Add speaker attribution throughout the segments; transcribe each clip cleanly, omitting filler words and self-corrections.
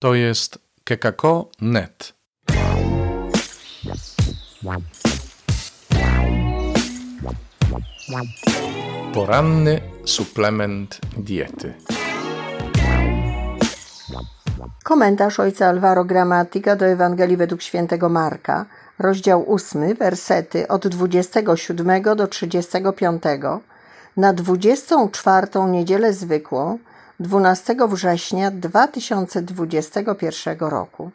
Speaker 1: To jest kekako.net. Poranny suplement diety.
Speaker 2: Komentarz ojca Alvaro Gramatika do Ewangelii według świętego Marka, rozdział 8, wersety od 27 do 35, na 24. niedzielę zwykłą, 12 września 2021 roku.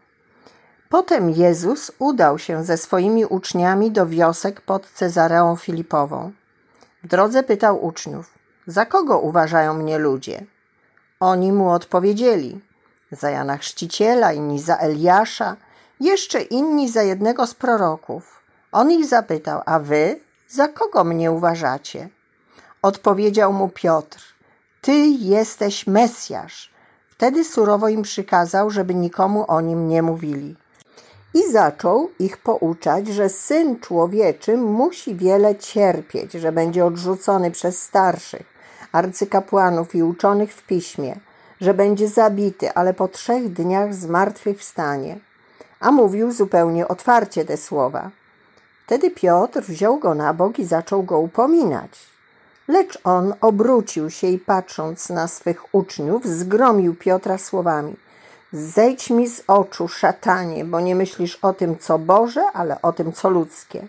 Speaker 2: Potem Jezus udał się ze swoimi uczniami do wiosek pod Cezareą Filipową. W drodze pytał uczniów: za kogo uważają mnie ludzie? Oni mu odpowiedzieli: za Jana Chrzciciela, inni za Eliasza, jeszcze inni za jednego z proroków. On ich zapytał: a wy za kogo mnie uważacie? Odpowiedział mu Piotr: ty jesteś Mesjasz. Wtedy surowo im przykazał, żeby nikomu o nim nie mówili. I zaczął ich pouczać, że Syn Człowieczy musi wiele cierpieć, że będzie odrzucony przez starszych, arcykapłanów i uczonych w piśmie, że będzie zabity, ale po 3 dniach zmartwychwstanie. A mówił zupełnie otwarcie te słowa. Wtedy Piotr wziął go na bok i zaczął go upominać. Lecz on obrócił się i patrząc na swych uczniów, zgromił Piotra słowami: zejdź mi z oczu, szatanie, bo nie myślisz o tym, co Boże, ale o tym, co ludzkie.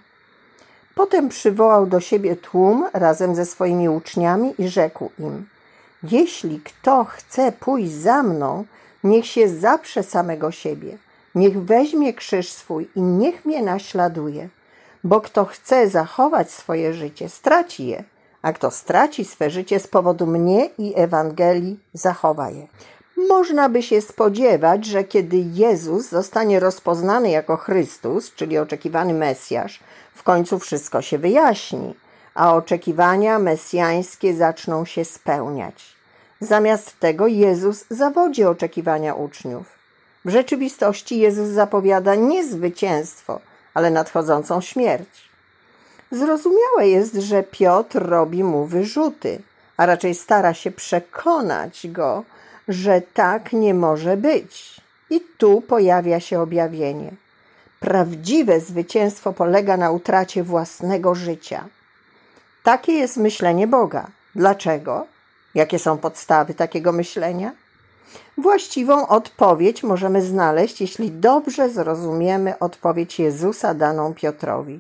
Speaker 2: Potem przywołał do siebie tłum razem ze swoimi uczniami i rzekł im: jeśli kto chce pójść za mną, niech się zaprze samego siebie, niech weźmie krzyż swój i niech mnie naśladuje. Bo kto chce zachować swoje życie, straci je, a kto straci swe życie z powodu mnie i Ewangelii, zachowa je. Można by się spodziewać, że kiedy Jezus zostanie rozpoznany jako Chrystus, czyli oczekiwany Mesjasz, w końcu wszystko się wyjaśni, a oczekiwania mesjańskie zaczną się spełniać. Zamiast tego Jezus zawodzi oczekiwania uczniów. W rzeczywistości Jezus zapowiada nie zwycięstwo, ale nadchodzącą śmierć. Zrozumiałe jest, że Piotr robi mu wyrzuty, a raczej stara się przekonać go, że tak nie może być. I tu pojawia się objawienie. Prawdziwe zwycięstwo polega na utracie własnego życia. Takie jest myślenie Boga. Dlaczego? Jakie są podstawy takiego myślenia? Właściwą odpowiedź możemy znaleźć, jeśli dobrze zrozumiemy odpowiedź Jezusa daną Piotrowi.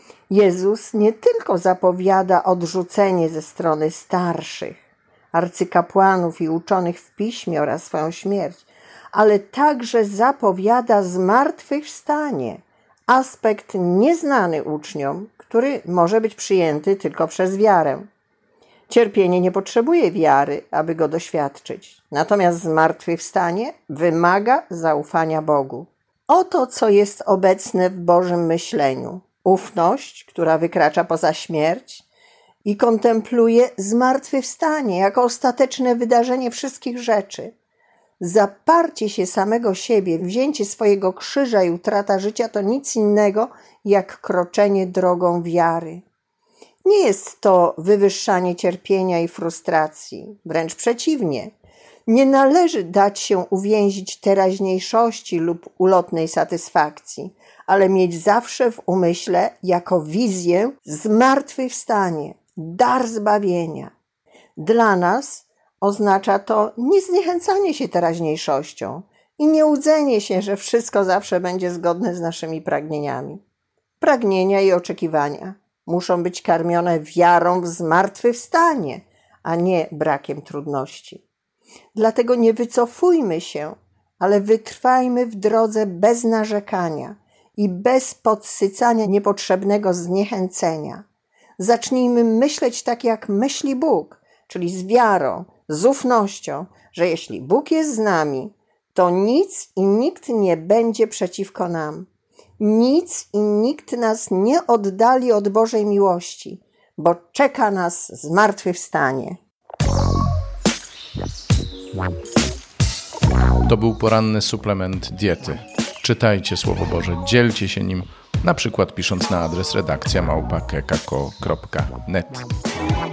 Speaker 2: Jezus nie tylko zapowiada odrzucenie ze strony starszych, arcykapłanów i uczonych w piśmie oraz swoją śmierć, ale także zapowiada zmartwychwstanie, aspekt nieznany uczniom, który może być przyjęty tylko przez wiarę. Cierpienie nie potrzebuje wiary, aby go doświadczyć, natomiast zmartwychwstanie wymaga zaufania Bogu. Oto, co jest obecne w Bożym myśleniu. Ufność, która wykracza poza śmierć i kontempluje zmartwychwstanie jako ostateczne wydarzenie wszystkich rzeczy. Zaparcie się samego siebie, wzięcie swojego krzyża i utrata życia to nic innego jak kroczenie drogą wiary. Nie jest to wywyższanie cierpienia i frustracji, wręcz przeciwnie. Nie należy dać się uwięzić teraźniejszości lub ulotnej satysfakcji, ale mieć zawsze w umyśle jako wizję zmartwychwstanie, dar zbawienia. Dla nas oznacza to nie zniechęcanie się teraźniejszością i nie łudzenie się, że wszystko zawsze będzie zgodne z naszymi pragnieniami. Pragnienia i oczekiwania muszą być karmione wiarą w zmartwychwstanie, a nie brakiem trudności. Dlatego nie wycofujmy się, ale wytrwajmy w drodze bez narzekania i bez podsycania niepotrzebnego zniechęcenia. Zacznijmy myśleć tak, jak myśli Bóg, czyli z wiarą, z ufnością, że jeśli Bóg jest z nami, to nic i nikt nie będzie przeciwko nam. Nic i nikt nas nie oddali od Bożej miłości, bo czeka nas zmartwychwstanie.
Speaker 1: To był poranny suplement diety. Czytajcie Słowo Boże, dzielcie się nim, na przykład pisząc na adres redakcja@kekako.net.